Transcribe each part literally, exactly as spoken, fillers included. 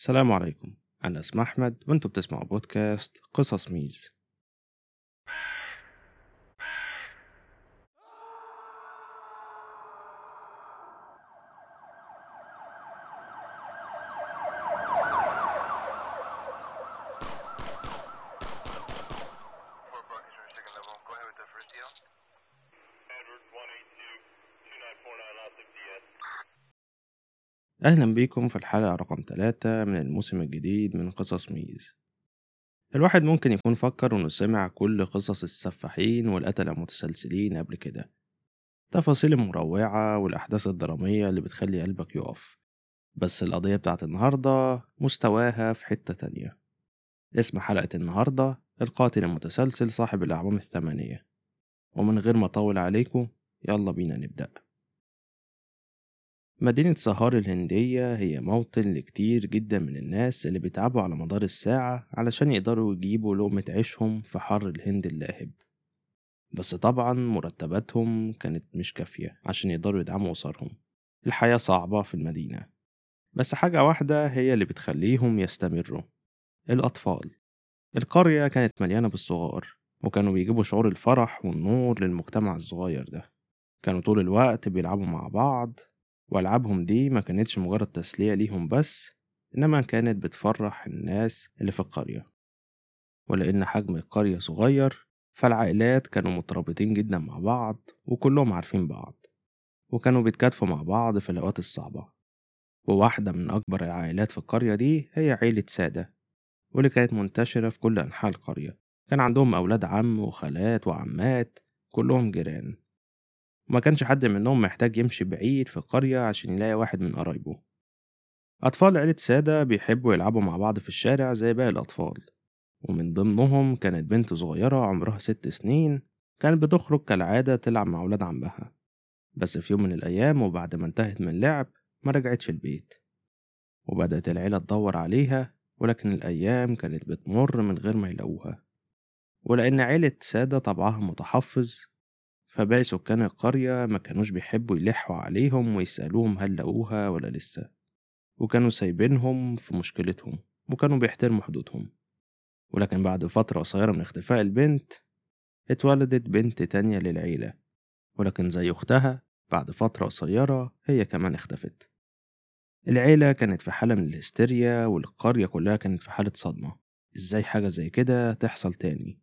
السلام عليكم. أنا اسمي أحمد وأنتوا بتسمعوا بودكاست قصص ميز. Fort Buckets from second level. Go ahead with the first deal. Edward one eight two two nine four nine out of D S. أهلا بيكم في الحلقة رقم ثلاثة من الموسم الجديد من قصص ميز. الواحد ممكن يكون فكر إنه سمع كل قصص السفاحين والقتلة المتسلسلين قبل كده، تفاصيل المروعة والأحداث الدرامية اللي بتخلي قلبك يقف. بس القضية بتاعت النهاردة مستواها في حتة تانية. اسم حلقة النهاردة القاتل المتسلسل صاحب الأعوام الثمانية. ومن غير ما أطول عليكم يلا بينا نبدأ. مدينة سهار الهندية هي موطن لكتير جدا من الناس اللي بيتعبوا على مدار الساعة علشان يقدروا يجيبوا لقمة عيشهم في حر الهند اللاهب. بس طبعا مرتباتهم كانت مش كافية عشان يقدروا يدعموا أسرهم. الحياة صعبة في المدينة، بس حاجة واحدة هي اللي بتخليهم يستمروا: الأطفال. القرية كانت مليانة بالصغار، وكانوا بيجيبوا شعور الفرح والنور للمجتمع الصغير ده. كانوا طول الوقت بيلعبوا مع بعض، وألعابهم دي ما كانتش مجرد تسلية ليهم بس، إنما كانت بتفرح الناس اللي في القرية. ولأن حجم القرية صغير، فالعائلات كانوا مترابطين جدا مع بعض وكلهم عارفين بعض، وكانوا بيتكاتفوا مع بعض في الأوقات الصعبة. وواحدة من أكبر العائلات في القرية دي هي عيلة سادة، واللي كانت منتشرة في كل أنحاء القرية. كان عندهم أولاد عم وخالات وعمات، كلهم جيران. وما كانش حد منهم محتاج يمشي بعيد في القرية عشان يلاقي واحد من قرايبه. أطفال عيلة سادة بيحبوا يلعبوا مع بعض في الشارع زي باقي الأطفال، ومن ضمنهم كانت بنت صغيرة عمرها ست سنين كانت بتخرج كالعادة تلعب مع ولاد عمها. بس في يوم من الأيام وبعد ما انتهت من اللعب ما رجعتش البيت، وبدأت العيلة تدور عليها، ولكن الأيام كانت بتمر من غير ما يلاقوها. ولأن عيلة سادة طبعها متحفظ، فباقي سكان القرية ما كانوش بيحبوا يلحوا عليهم ويسألوهم هل لقوها ولا لسه، وكانوا سايبينهم في مشكلتهم وكانوا بيحترموا حدودهم. ولكن بعد فترة قصيرة من اختفاء البنت، اتولدت بنت تانية للعيلة، ولكن زي أختها بعد فترة قصيرة هي كمان اختفت. العيلة كانت في حالة من الهستيريا، والقرية كلها كانت في حالة صدمة. ازاي حاجة زي كده تحصل تاني؟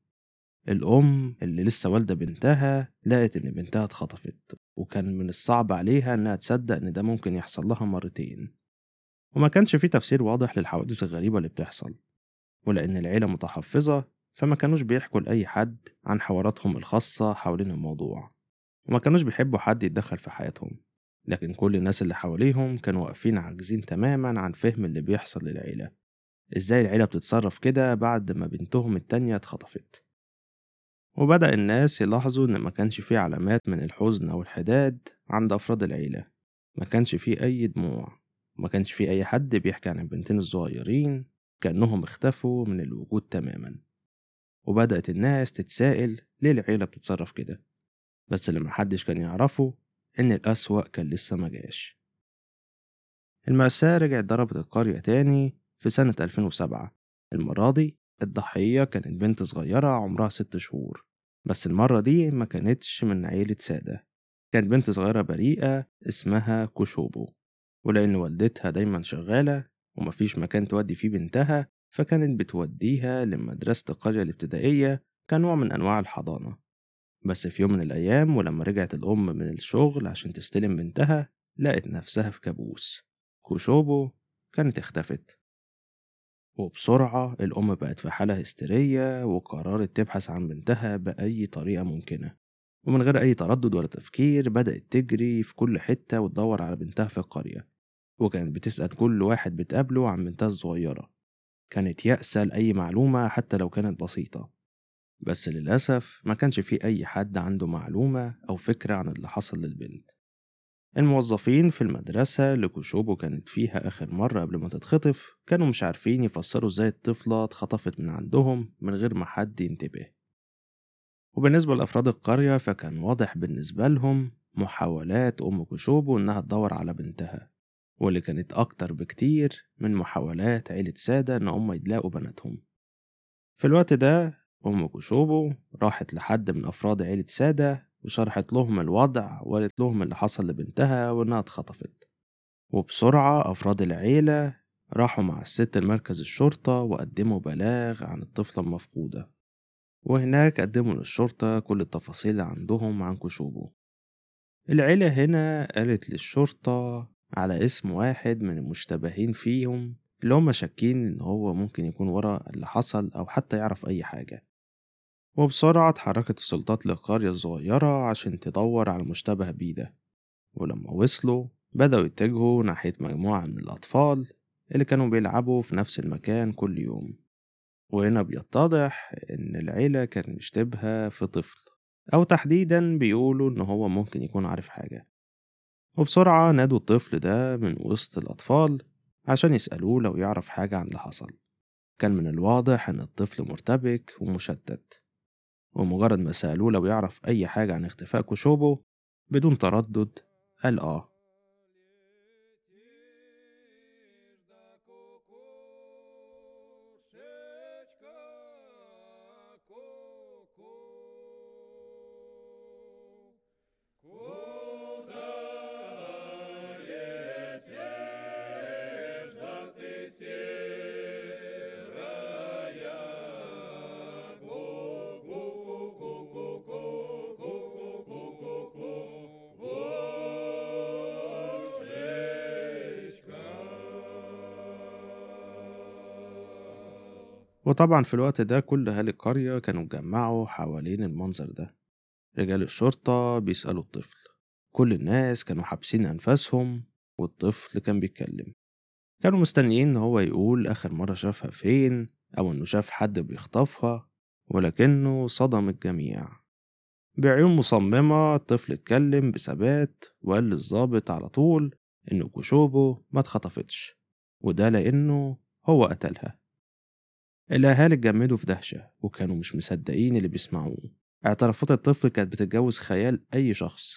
الأم اللي لسه والدة بنتها لقت إن بنتها اتخطفت، وكان من الصعب عليها إنها تصدق إن ده ممكن يحصل لها مرتين. وما كانش في تفسير واضح للحوادث الغريبة اللي بتحصل، ولأن العيلة متحفظة فما كانوش بيحكوا لأي حد عن حواراتهم الخاصة حوالين الموضوع، وما كانوش بيحبوا حد يتدخل في حياتهم. لكن كل الناس اللي حواليهم كانوا واقفين عاجزين تماما عن فهم اللي بيحصل للعيلة. إزاي العيلة بتتصرف كده بعد ما بنتهم التانية اتخطفت؟ وبدأ الناس يلاحظوا إن ما كانش فيه علامات من الحزن أو الحداد عند أفراد العيلة. ما كانش فيه أي دموع، وما كانش فيه أي حد بيحكي عن البنتين الصغيرين، كأنهم اختفوا من الوجود تماما. وبدأت الناس تتسائل ليه العيلة بتتصرف كده، بس اللي محدش كان يعرفه إن الأسوأ كان لسه مجاش. المأساة رجعت ضربت القرية تاني في سنة ألفين وسبعة. المرة دي الضحية كانت بنت صغيرة عمرها ست شهور، بس المرة دي ما كانتش من عيلة سادة. كانت بنت صغيرة بريئة اسمها كوشوبو، ولأن والدتها دايما شغالة ومفيش مكان تودي فيه بنتها، فكانت بتوديها لمدرسة القرية الابتدائية كنوع من أنواع الحضانة. بس في يوم من الأيام ولما رجعت الأم من الشغل عشان تستلم بنتها، لقت نفسها في كابوس. كوشوبو كانت اختفت، وبسرعة الأم بقت في حالة هستيرية وقررت تبحث عن بنتها بأي طريقة ممكنة. ومن غير أي تردد ولا تفكير بدأت تجري في كل حتة وتدور على بنتها في القرية، وكانت بتسأل كل واحد بتقابله عن بنتها الصغيرة. كانت يأسة لأي معلومة حتى لو كانت بسيطة، بس للأسف ما كانش في أي حد عنده معلومة أو فكرة عن اللي حصل للبنت. الموظفين في المدرسة اللي كوشوبو كانت فيها آخر مرة قبل ما تتخطف كانوا مش عارفين يفسروا ازاي الطفلة اتخطفت من عندهم من غير ما حد ينتبه. وبالنسبة لأفراد القرية فكان واضح بالنسبة لهم محاولات أم كوشوبو إنها تدور على بنتها، واللي كانت أكتر بكتير من محاولات عيلة سادة إن هم يلاقوا بناتهم. في الوقت ده أم كوشوبو راحت لحد من أفراد عيلة سادة وشرحت لهم الوضع وقالت لهم اللي حصل لبنتها وإنها اتخطفت. وبسرعة أفراد العيلة راحوا مع الست لمركز الشرطة وقدموا بلاغ عن الطفلة المفقودة، وهناك قدموا للشرطة كل التفاصيل اللي عندهم عن كوشوبو. العيلة هنا قالت للشرطة على اسم واحد من المشتبهين فيهم اللي هم شاكين إن هو ممكن يكون ورا اللي حصل أو حتى يعرف أي حاجة. وبسرعة اتحركت السلطات للقرية الصغيرة عشان تدور على المشتبه بيه ده، ولما وصلوا بدأوا يتجهوا ناحية مجموعة من الأطفال اللي كانوا بيلعبوا في نفس المكان كل يوم. وهنا بيتضح إن العيلة كانت مشتبهة في طفل، أو تحديدا بيقولوا إن هو ممكن يكون عارف حاجة. وبسرعة نادوا الطفل ده من وسط الأطفال عشان يسألوه لو يعرف حاجة عن اللي حصل. كان من الواضح إن الطفل مرتبك ومشتت، ومجرد ما سألوه لو يعرف أي حاجة عن اختفاء كوشوبو بدون تردد قال آه. وطبعا في الوقت ده كل أهالي القرية كانوا اتجمعوا حوالين المنظر ده. رجال الشرطة بيسألوا الطفل، كل الناس كانوا حابسين أنفاسهم، والطفل كان بيتكلم. كانوا مستنيين إن هو يقول آخر مرة شافها فين أو إنه شاف حد بيخطفها، ولكنه صدم الجميع. بعيون مصممة الطفل اتكلم بثبات وقال للظابط على طول إن كوشوبو ما اتخطفتش، وده لأنه هو قتلها. الأهالي اتجمدوا في دهشة وكانوا مش مصدقين اللي بيسمعوه. اعترافات الطفل كانت بتتجاوز خيال أي شخص.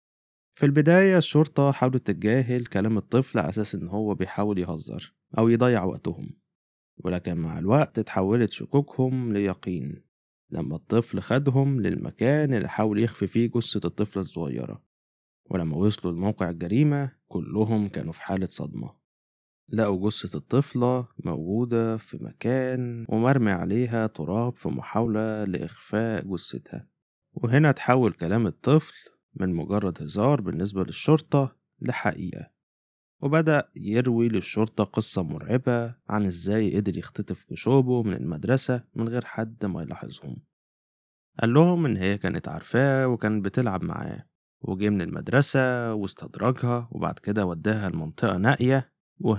في البداية الشرطة حاولت تتجاهل كلام الطفل على أساس إن هو بيحاول يهزر أو يضيع وقتهم، ولكن مع الوقت اتحولت شكوكهم ليقين لما الطفل خدهم للمكان اللي حاول يخفي فيه جثة الطفلة الصغيرة. ولما وصلوا لموقع الجريمة كلهم كانوا في حالة صدمة. لقوا جثة الطفلة موجودة في مكان ومرمي عليها تراب في محاولة لإخفاء جثتها. وهنا تحول كلام الطفل من مجرد هزار بالنسبة للشرطة لحقيقة، وبدأ يروي للشرطة قصة مرعبة عن إزاي قدر يختطف كوشوبو من المدرسة من غير حد ما يلاحظهم. قال لهم إن هي كانت عارفاه وكانت بتلعب معاه، وجه من المدرسة واستدرجها وبعد كده وداها لمنطقة نائية،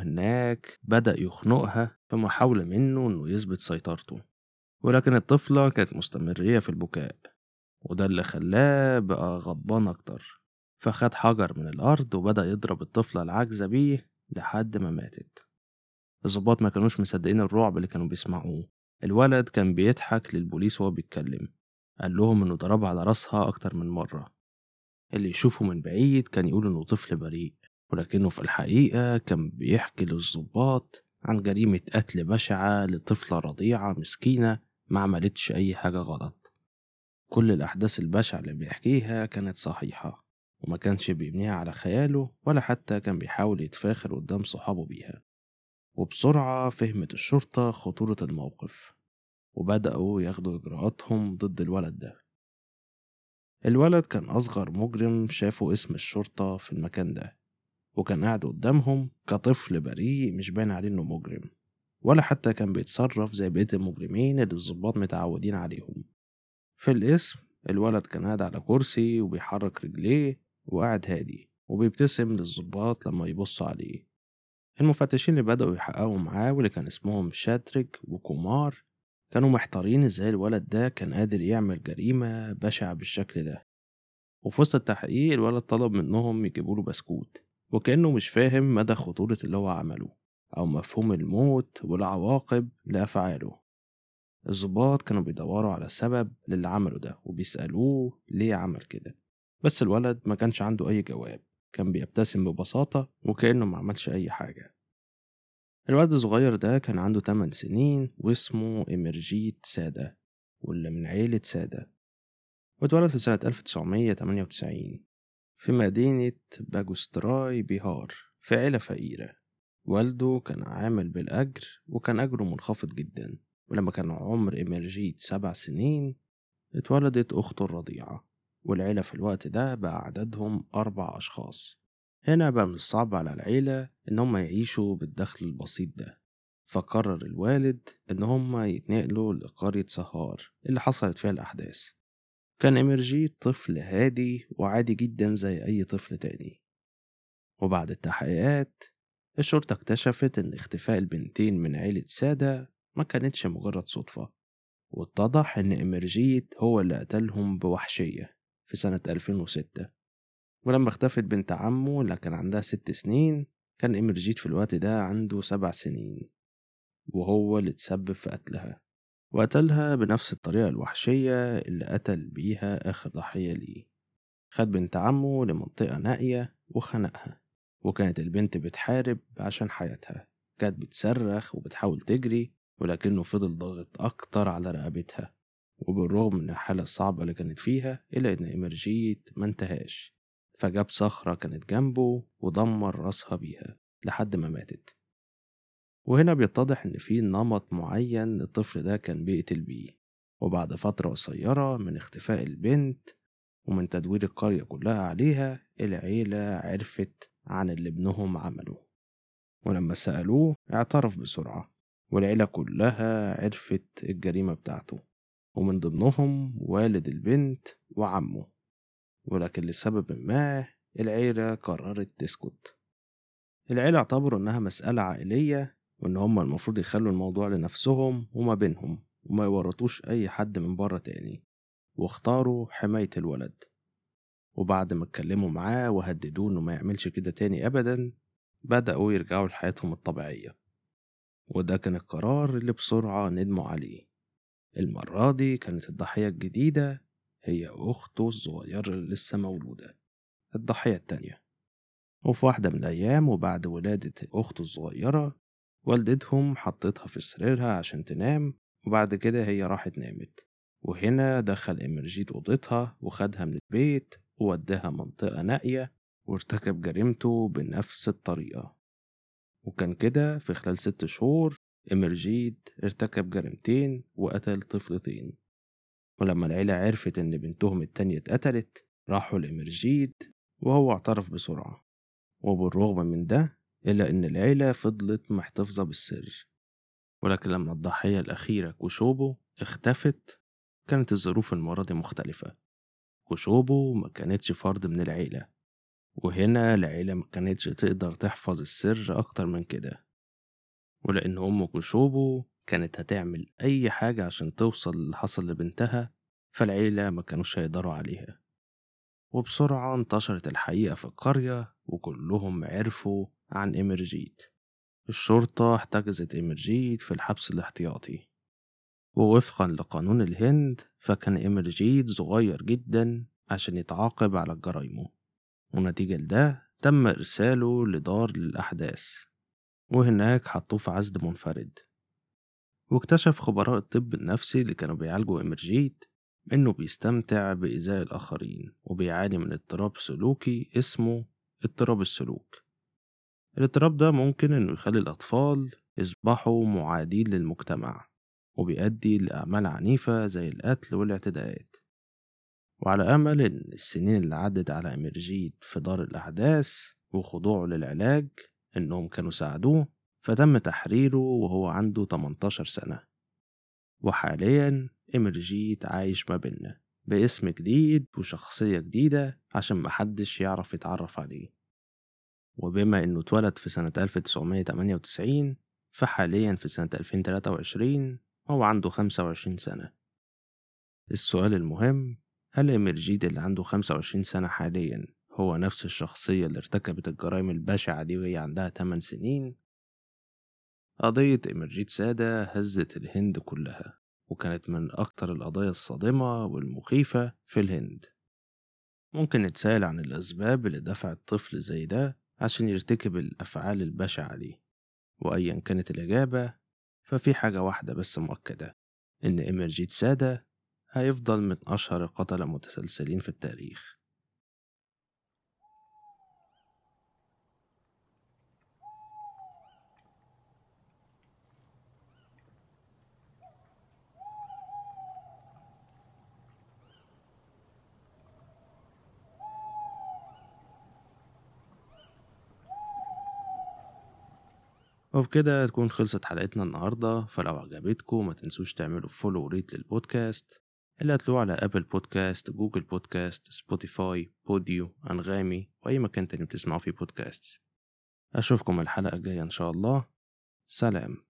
وهناك بدأ يخنقها في محاولة منه إنه يثبت سيطرته. ولكن الطفلة كانت مستمرية في البكاء، وده اللي خلاه بقى غضبان أكتر، فخد حجر من الأرض وبدأ يضرب الطفلة العاجزة بيه لحد ما ماتت. الضباط ما كانوش مصدقين الرعب اللي كانوا بيسمعوه. الولد كان بيضحك للبوليس وهو بيتكلم، قال لهم إنه ضربها على راسها أكتر من مرة. اللي يشوفه من بعيد كان يقول إنه طفل بريء، ولكنه في الحقيقة كان بيحكي للضباط عن جريمة قتل بشعة لطفلة رضيعة مسكينة ما عملتش أي حاجة غلط. كل الأحداث البشعة اللي بيحكيها كانت صحيحة، وما كانش بيبنيها على خياله ولا حتى كان بيحاول يتفاخر قدام صحابه بيها. وبسرعة فهمت الشرطة خطورة الموقف وبدأوا ياخدوا إجراءاتهم ضد الولد ده. الولد كان أصغر مجرم شافوا اسم الشرطة في المكان ده، وكان قاعد قدامهم كطفل بريء مش باين عليه إنه مجرم، ولا حتى كان بيتصرف زي بقية المجرمين اللي الضباط متعودين عليهم. في الاسم الولد كان قاعد على كرسي وبيحرك رجليه وقاعد هادي وبيبتسم للضباط لما يبصوا عليه. المفتشين اللي بدأوا يحققوا معاه واللي كان اسمهم شاتريك وكومار كانوا محتارين ازاي الولد ده كان قادر يعمل جريمة بشعة بالشكل ده. وفي وسط التحقيق الولد طلب منهم يجيبوله بسكوت، وكأنه مش فاهم مدى خطورة اللي هو عمله أو مفهوم الموت والعواقب لأفعاله. الضباط كانوا بيدوروا على سبب للي عمله ده وبيسألوه ليه عمل كده، بس الولد ما كانش عنده أي جواب. كان بيبتسم ببساطة وكأنه ما عملش أي حاجة. الولد الصغير ده كان عنده تمن سنين واسمه إمرجيت سادة، واللي من عيلة سادة، واتولد في سنة ألف وتسعمية تمانية وتسعين في مدينة باجوستراي بيهار في عيلة فقيرة. والده كان عامل بالأجر وكان أجره منخفض جدا. ولما كان عمر إمرجيت سبع سنين اتولدت أخته الرضيعة، والعيلة في الوقت ده بقى عددهم أربع أشخاص. هنا بقى من الصعب على العيلة إن هم يعيشوا بالدخل البسيط ده، فقرر الوالد إن هم يتنقلوا لقرية سهار اللي حصلت فيها الأحداث. كان إمرجيت طفل هادي وعادي جدا زي أي طفل تاني. وبعد التحقيقات الشرطة اكتشفت إن اختفاء البنتين من عيلة سادة ما كانتش مجرد صدفة، واتضح إن إمرجيت هو اللي قتلهم بوحشية في سنة ألفين وستة. ولما اختفت بنت عمه اللي كان عندها ست سنين كان إمرجيت في الوقت ده عنده سبع سنين، وهو اللي تسبب في قتلها، وقتلها بنفس الطريقة الوحشية اللي قتل بيها آخر ضحية ليه. خد بنت عمه لمنطقة نائية وخنقها، وكانت البنت بتحارب عشان حياتها، كانت بتصرخ وبتحاول تجري، ولكنه فضل ضاغط أكتر على رقبتها. وبالرغم من الحالة الصعبة اللي كانت فيها إلا إن إمرجيت ما انتهاش، فجاب صخرة كانت جنبه ودمر راسها بيها لحد ما ماتت. وهنا بيتضح إن في نمط معين الطفل ده كان بيقتل بيه. وبعد فترة قصيرة من اختفاء البنت ومن تدوير القرية كلها عليها، العيلة عرفت عن اللي ابنهم عمله، ولما سألوه اعترف بسرعة، والعيلة كلها عرفت الجريمة بتاعته، ومن ضمنهم والد البنت وعمه. ولكن لسبب ما العيلة قررت تسكت. العيلة اعتبروا إنها مسألة عائلية، وإن هما المفروض يخلوا الموضوع لنفسهم وما بينهم وما يورطوش أي حد من بره تاني، واختاروا حماية الولد. وبعد ما اتكلموا معاه وهددوه إنه ما يعملش كده تاني أبدا، بدأوا يرجعوا لحياتهم الطبيعية. وده كان القرار اللي بسرعة ندموا عليه. المرة دي كانت الضحية الجديدة هي أخته الصغيرة اللي لسه مولودة، الضحية التانية. وفي واحدة من الأيام وبعد ولادة أخته الصغيرة، والدتهم حطتها في سريرها عشان تنام، وبعد كده هي راحت نامت. وهنا دخل إمرجيت أوضتها وخدها من البيت ووداها منطقة نائية، وارتكب جريمته بنفس الطريقة. وكان كده في خلال ست شهور إمرجيت ارتكب جريمتين وقتل طفلتين. ولما العيلة عرفت إن بنتهم التانية اتقتلت راحوا لإمرجيت، وهو اعترف بسرعة. وبالرغم من ده إلا إن العيلة فضلت محتفظة بالسر. ولكن لما الضحية الأخيرة كوشوبو اختفت كانت الظروف المرة دي مختلفة. كوشوبو ما كانتش فرد من العيلة، وهنا العيلة ما كانتش تقدر تحفظ السر أكتر من كده. ولأن أم كوشوبو كانت هتعمل أي حاجة عشان توصل اللي حصل لبنتها، فالعيلة ما كانوش هيقدروا عليها. وبسرعة انتشرت الحقيقة في القرية وكلهم عرفوا عن إمرجيت. الشرطة احتجزت إمرجيت في الحبس الاحتياطي، ووفقا لقانون الهند فكان إمرجيت صغير جدا عشان يتعاقب على جرايمه. ونتيجة لده تم إرساله لدار للأحداث، وهناك حطوه في عزل منفرد. واكتشف خبراء الطب النفسي اللي كانوا بيعالجوا إمرجيت إنه بيستمتع بإيذاء الآخرين وبيعاني من اضطراب سلوكي اسمه اضطراب السلوك. الاضطراب ده ممكن إنه يخلي الأطفال يصبحوا معادين للمجتمع، وبيؤدي لأعمال عنيفة زي القتل والاعتداءات. وعلى أمل إن السنين اللي عدت على إمرجيت في دار الأحداث وخضوعه للعلاج إنهم كانوا ساعدوه، فتم تحريره وهو عنده تمنتاشر سنة. وحاليا إمرجيت عايش ما بيننا باسم جديد وشخصية جديدة عشان محدش يعرف يتعرف عليه. وبما إنه اتولد في سنة ألف وتسعمية تمانية وتسعين، فحاليا في سنة ألفين وتلاتة وعشرين هو عنده خمسة وعشرين سنة. السؤال المهم، هل إمرجيت اللي عنده خمسة وعشرين سنة حاليا هو نفس الشخصية اللي ارتكبت الجرائم البشعة دي وهي عندها تمن سنين؟ قضية إمرجيت سادة هزت الهند كلها، وكانت من أكتر القضايا الصادمة والمخيفة في الهند. ممكن نتساءل عن الأسباب اللي دفعت طفل زي ده عشان يرتكب الأفعال البشعة دي، وأيا كانت الإجابة ففي حاجة واحدة بس مؤكدة، إن إمرجيت سادة هيفضل من أشهر القتلة متسلسلين في التاريخ. وبكده تكون خلصت حلقتنا النهاردة، فلو عجبتكم ما تنسوش تعملوا فولو وريت للبودكاست اللي هتلاقوه على أبل بودكاست، جوجل بودكاست، سبوتيفاي، بوديو، أنغامي، وأي مكان تاني بتسمعوا فيه بودكاست. أشوفكم الحلقة الجاية إن شاء الله. سلام.